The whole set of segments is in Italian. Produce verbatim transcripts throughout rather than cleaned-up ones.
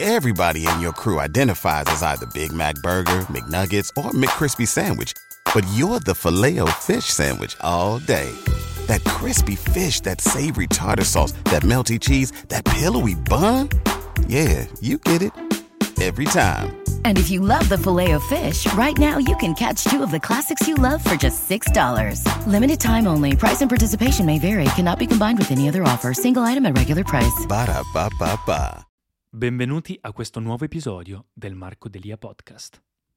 Everybody in your crew identifies as either Big Mac Burger, McNuggets, or McCrispy Sandwich. But you're the Filet-O-Fish Sandwich all day. That crispy fish, that savory tartar sauce, that melty cheese, that pillowy bun. Yeah, you get it. Every time. And if you love the Filet-O-Fish, right now you can catch two of the classics you love for just six dollars. Limited time only. Price and participation may vary. Cannot be combined with any other offer. Single item at regular price. Ba-da-ba-ba-ba. Benvenuti a questo nuovo episodio del Marco Delia Podcast.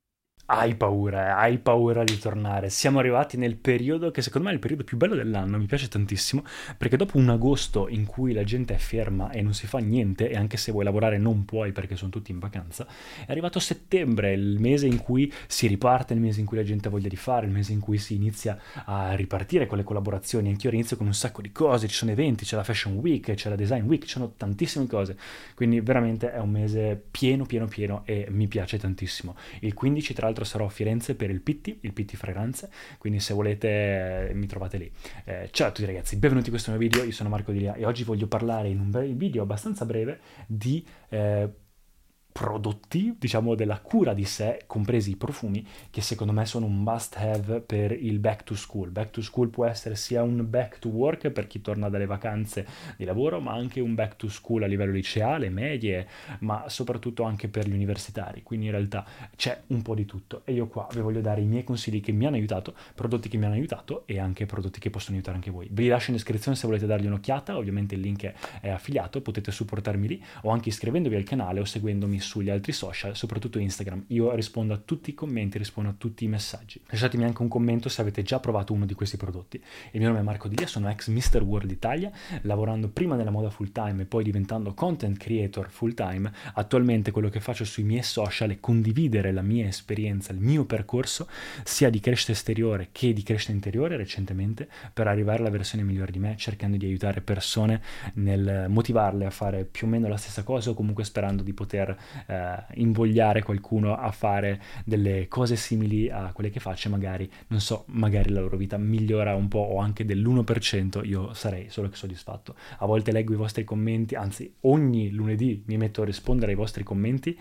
Hai paura, eh? Hai paura di tornare. Siamo arrivati nel periodo che secondo me è il periodo più bello dell'anno, mi piace tantissimo, perché dopo un agosto in cui la gente è ferma e non si fa niente, e anche se vuoi lavorare non puoi perché sono tutti in vacanza, è arrivato settembre, il mese in cui si riparte, il mese in cui la gente ha voglia di fare, il mese in cui si inizia a ripartire con le collaborazioni. Anch'io inizio con un sacco di cose, ci sono eventi, c'è la Fashion Week, c'è la Design Week, ci sono tantissime cose, quindi veramente è un mese pieno pieno pieno e mi piace tantissimo. Il quindici tra l'altro sarò a Firenze per il Pitti, il Pitti Fragranze, quindi se volete eh, mi trovate lì. Eh, ciao a tutti ragazzi, benvenuti in questo nuovo video, io sono Marco Delia e oggi voglio parlare in un video abbastanza breve di eh, prodotti, diciamo, della cura di sé, compresi i profumi, che secondo me sono un must have per il back to school. Back to school può essere sia un back to work per chi torna dalle vacanze di lavoro, ma anche un back to school a livello liceale, medie, ma soprattutto anche per gli universitari. Quindi in realtà c'è un po' di tutto e io qua vi voglio dare i miei consigli che mi hanno aiutato, prodotti che mi hanno aiutato e anche prodotti che possono aiutare anche voi. Ve li lascio in descrizione se volete dargli un'occhiata, ovviamente il link è affiliato, potete supportarmi lì o anche iscrivendovi al canale o seguendomi sugli altri social, soprattutto Instagram. Io rispondo a tutti i commenti, rispondo a tutti i messaggi. Lasciatemi anche un commento se avete già provato uno di questi prodotti. Il mio nome è Marco Delia, sono ex mister World Italia, lavorando prima nella moda full time e poi diventando content creator full time. Attualmente quello che faccio sui miei social è condividere la mia esperienza, il mio percorso, sia di crescita esteriore che di crescita interiore recentemente, per arrivare alla versione migliore di me, cercando di aiutare persone nel motivarle a fare più o meno la stessa cosa o comunque sperando di poter eh, invogliare qualcuno a fare delle cose simili a quelle che faccio, magari, non so, magari la loro vita migliora un po' o anche dell'uno per cento, io sarei solo che soddisfatto. A volte leggo i vostri commenti, anzi ogni lunedì mi metto a rispondere ai vostri commenti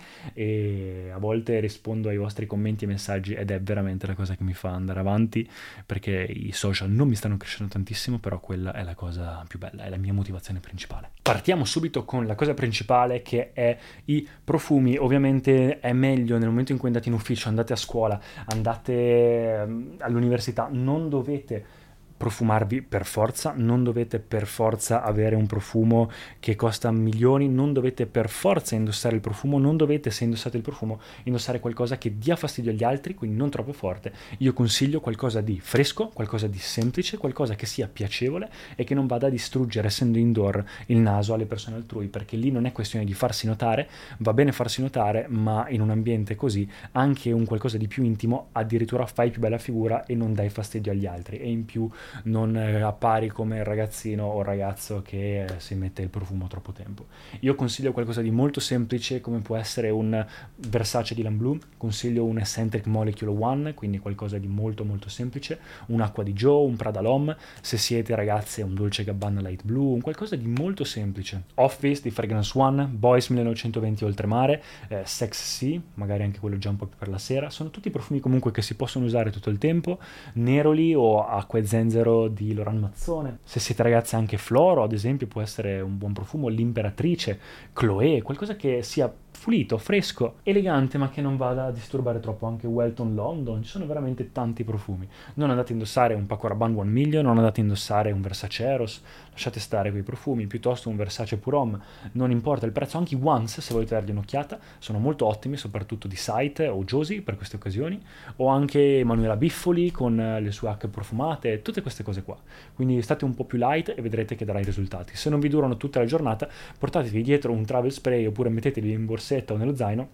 e a volte rispondo ai vostri commenti e messaggi ed è veramente la cosa che mi fa andare avanti, perché i social non mi stanno crescendo tantissimo, però quella è la cosa più bella, è la mia motivazione principale. Partiamo subito con la cosa principale, che è i profumi. Ovviamente è meglio nel momento in cui andate in ufficio, andate a scuola, andate all'università, non dovete profumarvi per forza, non dovete per forza avere un profumo che costa milioni, non dovete per forza indossare il profumo, non dovete, se indossate il profumo, indossare qualcosa che dia fastidio agli altri, quindi non troppo forte. Io consiglio qualcosa di fresco, qualcosa di semplice, qualcosa che sia piacevole e che non vada a distruggere, essendo indoor, il naso alle persone altrui, perché lì non è questione di farsi notare, va bene farsi notare, ma in un ambiente così anche un qualcosa di più intimo addirittura fai più bella figura e non dai fastidio agli altri, e in più non appari come il ragazzino o ragazzo che si mette il profumo troppo tempo. Io consiglio qualcosa di molto semplice, come può essere un Versace Dylan Blue, consiglio un Eccentric Molecule One, quindi qualcosa di molto molto semplice, un'acqua di Joe, un Prada L'Homme, se siete ragazze un Dolce Gabbana Light Blue, un qualcosa di molto semplice. Office di Fragrance One, Boys millenovecentoventi Oltremare, eh, Sex Sea, magari anche quello già un po' più per la sera, sono tutti profumi comunque che si possono usare tutto il tempo. Neroli o Acqua e Zenzero di Loran Mazzone, se siete ragazze anche Floro ad esempio può essere un buon profumo, l'Imperatrice, Chloé, qualcosa che sia pulito, fresco, elegante, ma che non vada a disturbare troppo. Anche Welton London, ci sono veramente tanti profumi. Non andate a indossare un Paco Rabanne One Million, non andate a indossare un Versace Eros, lasciate stare quei profumi, piuttosto un Versace Pour Homme, non importa il prezzo. Anche i Once, se volete dargli un'occhiata, sono molto ottimi, soprattutto di Site o Josie per queste occasioni, o anche Emanuela Biffoli con le sue acque profumate, tutte queste cose qua. Quindi state un po' più light e vedrete che darà i risultati. Se non vi durano tutta la giornata, portatevi dietro un travel spray oppure mettetevi in borsetta o nello zaino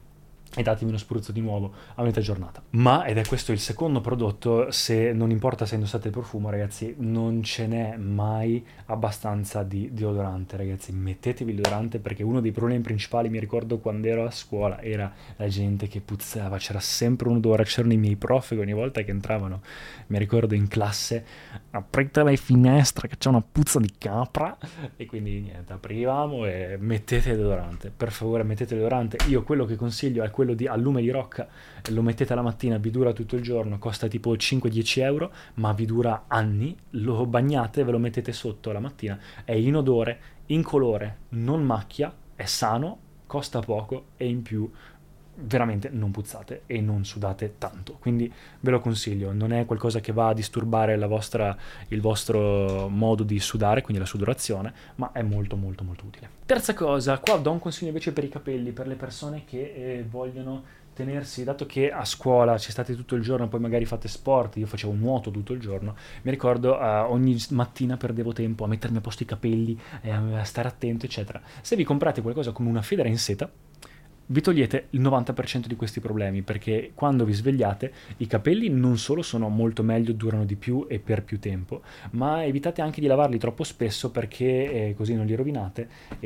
e datevi uno spruzzo di nuovo a metà giornata. Ma, ed è questo il secondo prodotto, se non importa se indossate il profumo, ragazzi, non ce n'è mai abbastanza di deodorante, ragazzi. Mettetevi il deodorante, perché uno dei problemi principali, mi ricordo quando ero a scuola, era la gente che puzzava, c'era sempre un odore, c'erano i miei prof che ogni volta che entravano, mi ricordo in classe, aprite le finestre che c'è una puzza di capra, e quindi niente, aprivamo e mettete il deodorante, per favore mettete il deodorante. Io quello che consiglio è quello di al lume di rocca, lo mettete alla mattina, vi dura tutto il giorno, costa tipo cinque dieci euro, ma vi dura anni, lo bagnate, ve lo mettete sotto la mattina, è inodore, incolore, non macchia, è sano, costa poco e in più veramente non puzzate e non sudate tanto, quindi ve lo consiglio. Non è qualcosa che va a disturbare la vostra, il vostro modo di sudare, quindi la sudorazione, ma è molto molto molto utile. Terza cosa, qua do un consiglio invece per i capelli, per le persone che eh, vogliono tenersi, dato che a scuola ci state tutto il giorno, poi magari fate sport, io facevo nuoto tutto il giorno, mi ricordo uh, ogni mattina perdevo tempo a mettermi a posto i capelli, eh, a stare attento eccetera. Se vi comprate qualcosa come una federa in seta, vi togliete il novanta per cento di questi problemi, perché quando vi svegliate i capelli non solo sono molto meglio, durano di più e per più tempo, ma evitate anche di lavarli troppo spesso, perché eh, così non li rovinate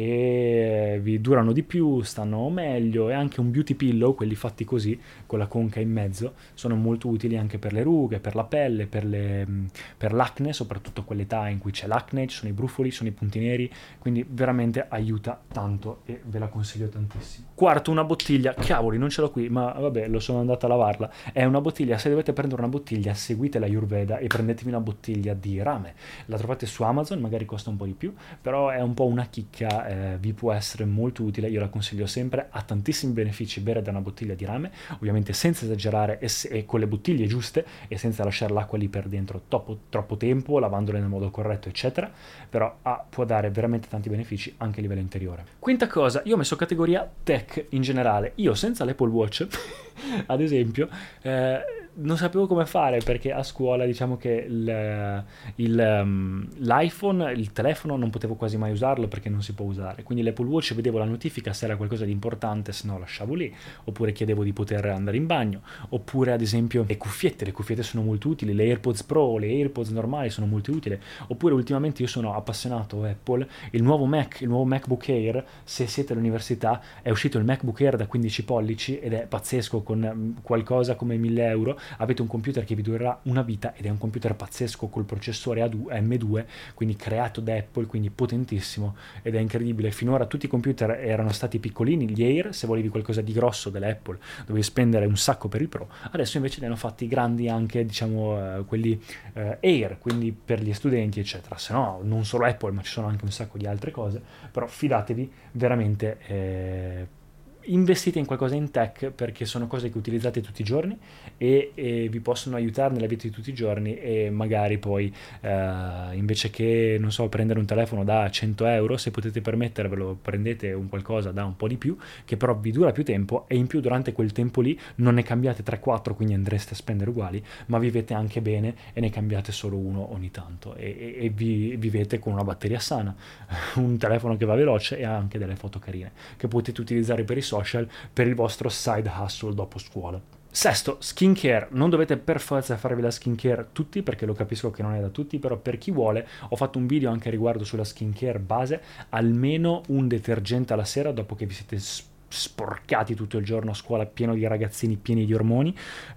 e vi durano di più, stanno meglio. E anche un beauty pillow, quelli fatti così con la conca in mezzo, sono molto utili anche per le rughe, per la pelle, per, le, per l'acne, soprattutto a quell'età in cui c'è l'acne, ci sono i brufoli, ci sono i punti neri, quindi veramente aiuta tanto e ve la consiglio tantissimo. Quarto, una bottiglia, cavoli non ce l'ho qui, ma vabbè, lo sono andato a lavarla. È una bottiglia, se dovete prendere una bottiglia seguite la Ayurveda e prendetevi una bottiglia di rame, la trovate su Amazon, magari costa un po' di più, però è un po' una chicca, eh, vi può essere molto utile, io la consiglio sempre, ha tantissimi benefici bere da una bottiglia di rame, ovviamente senza esagerare e, se, e con le bottiglie giuste e senza lasciare l'acqua lì per dentro troppo, troppo tempo, lavandole nel modo corretto eccetera, però ah, può dare veramente tanti benefici anche a livello interiore. Quinta cosa, io ho messo categoria tech in generale. Io senza l'Apple Watch ad esempio eh, non sapevo come fare, perché a scuola diciamo che il, il, um, l'iPhone, il telefono non potevo quasi mai usarlo perché non si può usare, quindi l'Apple Watch vedevo la notifica se era qualcosa di importante, se no lasciavo lì, oppure chiedevo di poter andare in bagno, oppure ad esempio le cuffiette, le cuffiette sono molto utili, le AirPods Pro, le AirPods normali sono molto utili, oppure ultimamente io sono appassionato Apple, il nuovo Mac, il nuovo MacBook Air, se siete all'università è uscito il MacBook Air da quindici pollici ed è pazzesco, con qualcosa come mille euro avete un computer che vi durerà una vita ed è un computer pazzesco col processore A M due, quindi creato da Apple, quindi potentissimo ed è incredibile. Finora tutti i computer erano stati piccolini, gli Air, se volevi qualcosa di grosso dell'Apple dovevi spendere un sacco per il Pro, adesso invece li hanno fatti grandi anche, diciamo, eh, quelli eh, Air, quindi per gli studenti eccetera. Se no non solo Apple, ma ci sono anche un sacco di altre cose, però fidatevi veramente, eh, investite in qualcosa in tech, perché sono cose che utilizzate tutti i giorni e, e vi possono aiutare nella vita di tutti i giorni, e magari poi eh, invece che, non so, prendere un telefono da cento euro, se potete permettervelo prendete un qualcosa da un po' di più, che però vi dura più tempo e in più durante quel tempo lì non ne cambiate tre quattro, quindi andreste a spendere uguali, ma vivete anche bene e ne cambiate solo uno ogni tanto e, e, e vi vivete con una batteria sana, un telefono che va veloce e anche delle foto carine che potete utilizzare per i social, per il vostro side hustle dopo scuola. Sesto, skincare. Non dovete per forza farvi la skincare tutti, perché lo capisco che non è da tutti, però per chi vuole ho fatto un video anche a riguardo sulla skincare base, almeno un detergente alla sera dopo che vi siete sporcati tutto il giorno a scuola pieno di ragazzini pieni di ormoni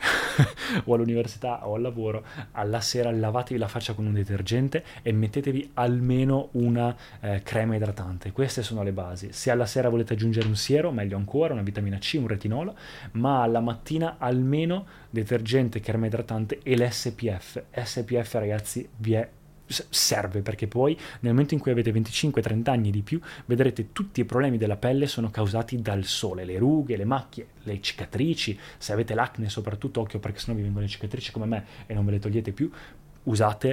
o all'università o al lavoro. Alla sera lavatevi la faccia con un detergente e mettetevi almeno una eh, crema idratante. Queste sono le basi. Se alla sera volete aggiungere un siero, meglio ancora, una vitamina C, un retinolo, ma alla mattina almeno detergente, crema idratante e l'S P F. S P F, ragazzi, vi è serve, perché poi nel momento in cui avete venticinque trenta anni e di più vedrete tutti i problemi della pelle sono causati dal sole, le rughe, le macchie, le cicatrici. Se avete l'acne soprattutto occhio, perché sennò vi vengono le cicatrici come me e non ve le togliete più. Usate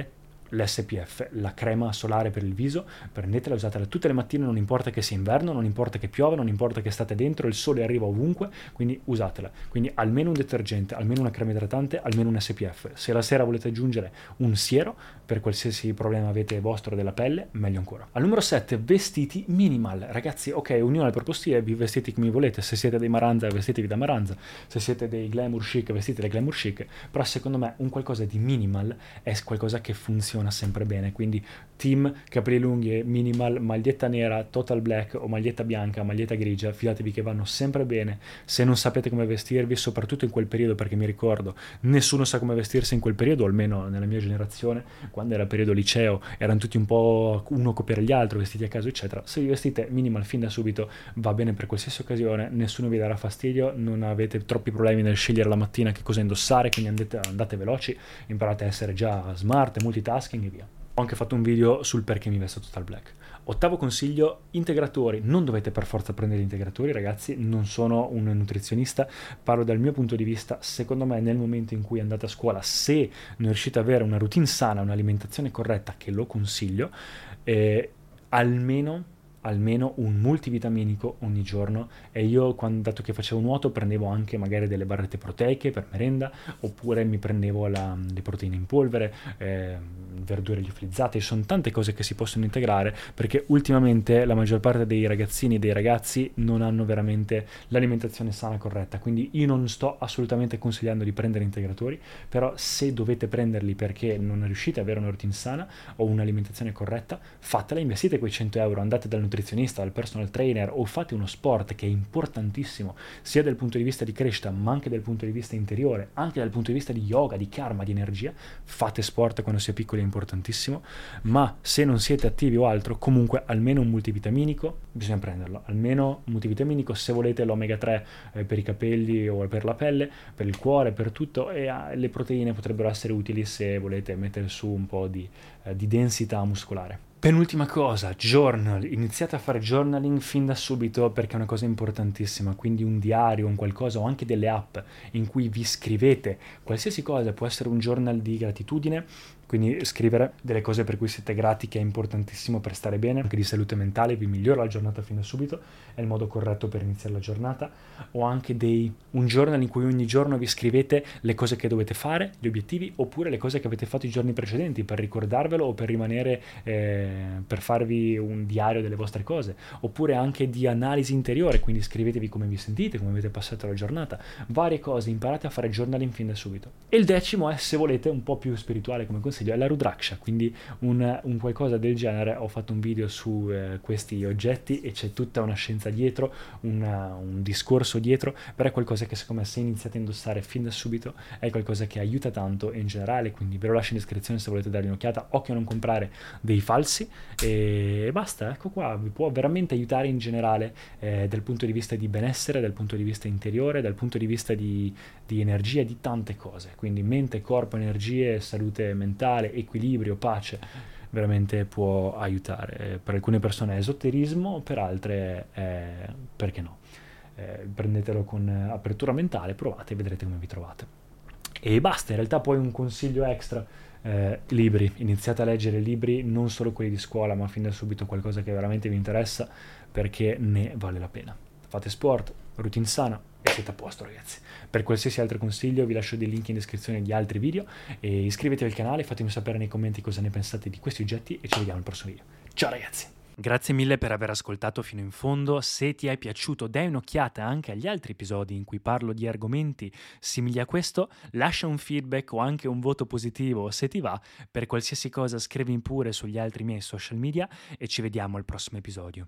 l'S P F, la crema solare per il viso, prendetela, usatela tutte le mattine, non importa che sia inverno, non importa che piove, non importa che state dentro, il sole arriva ovunque, quindi usatela. Quindi almeno un detergente, almeno una crema idratante, almeno un S P F. Se la sera volete aggiungere un siero per qualsiasi problema avete vostro della pelle, meglio ancora. Al numero sette, vestiti minimal. Ragazzi, ok, ognuno ha il proprio stile, vi vestite come volete, se siete dei Maranza vestitevi da Maranza, se siete dei glamour chic vestite da glamour chic, però secondo me un qualcosa di minimal è qualcosa che funziona sempre bene. Quindi team capelli lunghi, minimal, maglietta nera, total black o maglietta bianca, maglietta grigia, fidatevi che vanno sempre bene. Se non sapete come vestirvi, soprattutto in quel periodo, perché mi ricordo nessuno sa come vestirsi in quel periodo, almeno nella mia generazione, quando era periodo liceo erano tutti un po' uno copiare gli altri, vestiti a caso eccetera. Se vi vestite minimal fin da subito va bene per qualsiasi occasione, nessuno vi darà fastidio, non avete troppi problemi nel scegliere la mattina che cosa indossare, quindi andate, andate veloci, imparate a essere già smart, multitasking e via. Ho anche fatto un video sul perché mi vesto total black. Ottavo consiglio, integratori. Non dovete per forza prendere integratori, ragazzi, non sono un nutrizionista, parlo dal mio punto di vista. Secondo me nel momento in cui andate a scuola, se non riuscite ad avere una routine sana, un'alimentazione corretta, che lo consiglio, eh, almeno almeno un multivitaminico ogni giorno. E io, quando, dato che facevo nuoto, prendevo anche magari delle barrette proteiche per merenda, oppure mi prendevo la, le proteine in polvere, eh, verdure liofilizzate. Ci sono tante cose che si possono integrare, perché ultimamente la maggior parte dei ragazzini e dei ragazzi non hanno veramente l'alimentazione sana corretta, quindi io non sto assolutamente consigliando di prendere integratori, però se dovete prenderli perché non riuscite ad avere una routine sana o un'alimentazione corretta, fatela, investite quei cento euro, andate dal nutrizionista, dal personal trainer o fate uno sport che è importantissimo sia dal punto di vista di crescita ma anche dal punto di vista interiore, anche dal punto di vista di yoga, di karma, di energia. Fate sport quando si è piccoli, è importantissimo, ma se non siete attivi o altro, comunque almeno un multivitaminico bisogna prenderlo, almeno un multivitaminico, se volete l'omega tre eh, per i capelli o per la pelle, per il cuore, per tutto, e eh, le proteine potrebbero essere utili se volete mettere su un po' di, eh, di densità muscolare. Penultima cosa, journal. Iniziate a fare journaling fin da subito, perché è una cosa importantissima, quindi un diario, un qualcosa, o anche delle app in cui vi scrivete qualsiasi cosa. Può essere un journal di gratitudine, quindi scrivere delle cose per cui siete grati, che è importantissimo per stare bene, anche di salute mentale, vi migliora la giornata fin da subito, è il modo corretto per iniziare la giornata. O anche dei, un journal in cui ogni giorno vi scrivete le cose che dovete fare, gli obiettivi, oppure le cose che avete fatto i giorni precedenti, per ricordarvelo o per rimanere, eh, per farvi un diario delle vostre cose, oppure anche di analisi interiore, quindi scrivetevi come vi sentite, come avete passato la giornata, varie cose. Imparate a fare journaling fin da subito. E il decimo è, se volete, un po' più spirituale come consiglio, è la Rudraksha, quindi un, un qualcosa del genere. Ho fatto un video su eh, questi oggetti e c'è tutta una scienza dietro, una, un discorso dietro, però è qualcosa che secondo me, se iniziate a indossare fin da subito, è qualcosa che aiuta tanto in generale, quindi ve lo lascio in descrizione se volete dare un'occhiata. Occhio a non comprare dei falsi, e basta, ecco qua, vi può veramente aiutare in generale, eh, dal punto di vista di benessere, dal punto di vista interiore, dal punto di vista di, di energia, di tante cose, quindi mente, corpo, energie, salute mentale, equilibrio, pace. Veramente può aiutare. Per alcune persone è esoterismo, per altre è, perché no, eh, prendetelo con apertura mentale, provate e vedrete come vi trovate. E basta, in realtà poi un consiglio extra, eh, libri. Iniziate a leggere libri, non solo quelli di scuola, ma fin da subito qualcosa che veramente vi interessa, perché ne vale la pena. Fate sport, routine sana e siete a posto, ragazzi. Per qualsiasi altro consiglio vi lascio dei link in descrizione di altri video, e iscrivetevi al canale, fatemi sapere nei commenti cosa ne pensate di questi oggetti e ci vediamo al prossimo video. Ciao ragazzi! Grazie mille per aver ascoltato fino in fondo. Se ti è piaciuto, dai un'occhiata anche agli altri episodi in cui parlo di argomenti simili a questo, lascia un feedback o anche un voto positivo se ti va. Per qualsiasi cosa scrivimi pure sugli altri miei social media e ci vediamo al prossimo episodio.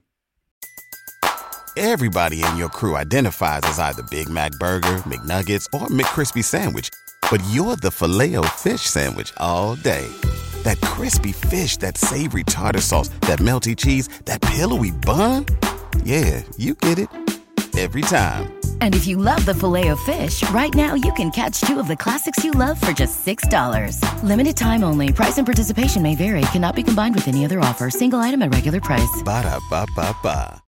Everybody in your crew identifies as either Big Mac Burger, McNuggets, or McCrispy Sandwich. But you're the Filet-O-Fish Sandwich all day. That crispy fish, that savory tartar sauce, that melty cheese, that pillowy bun. Yeah, you get it. Every time. And if you love the Filet-O-Fish, right now you can catch two of the classics you love for just six dollars. Limited time only. Price and participation may vary. Cannot be combined with any other offer. Single item at regular price. Ba-da-ba-ba-ba.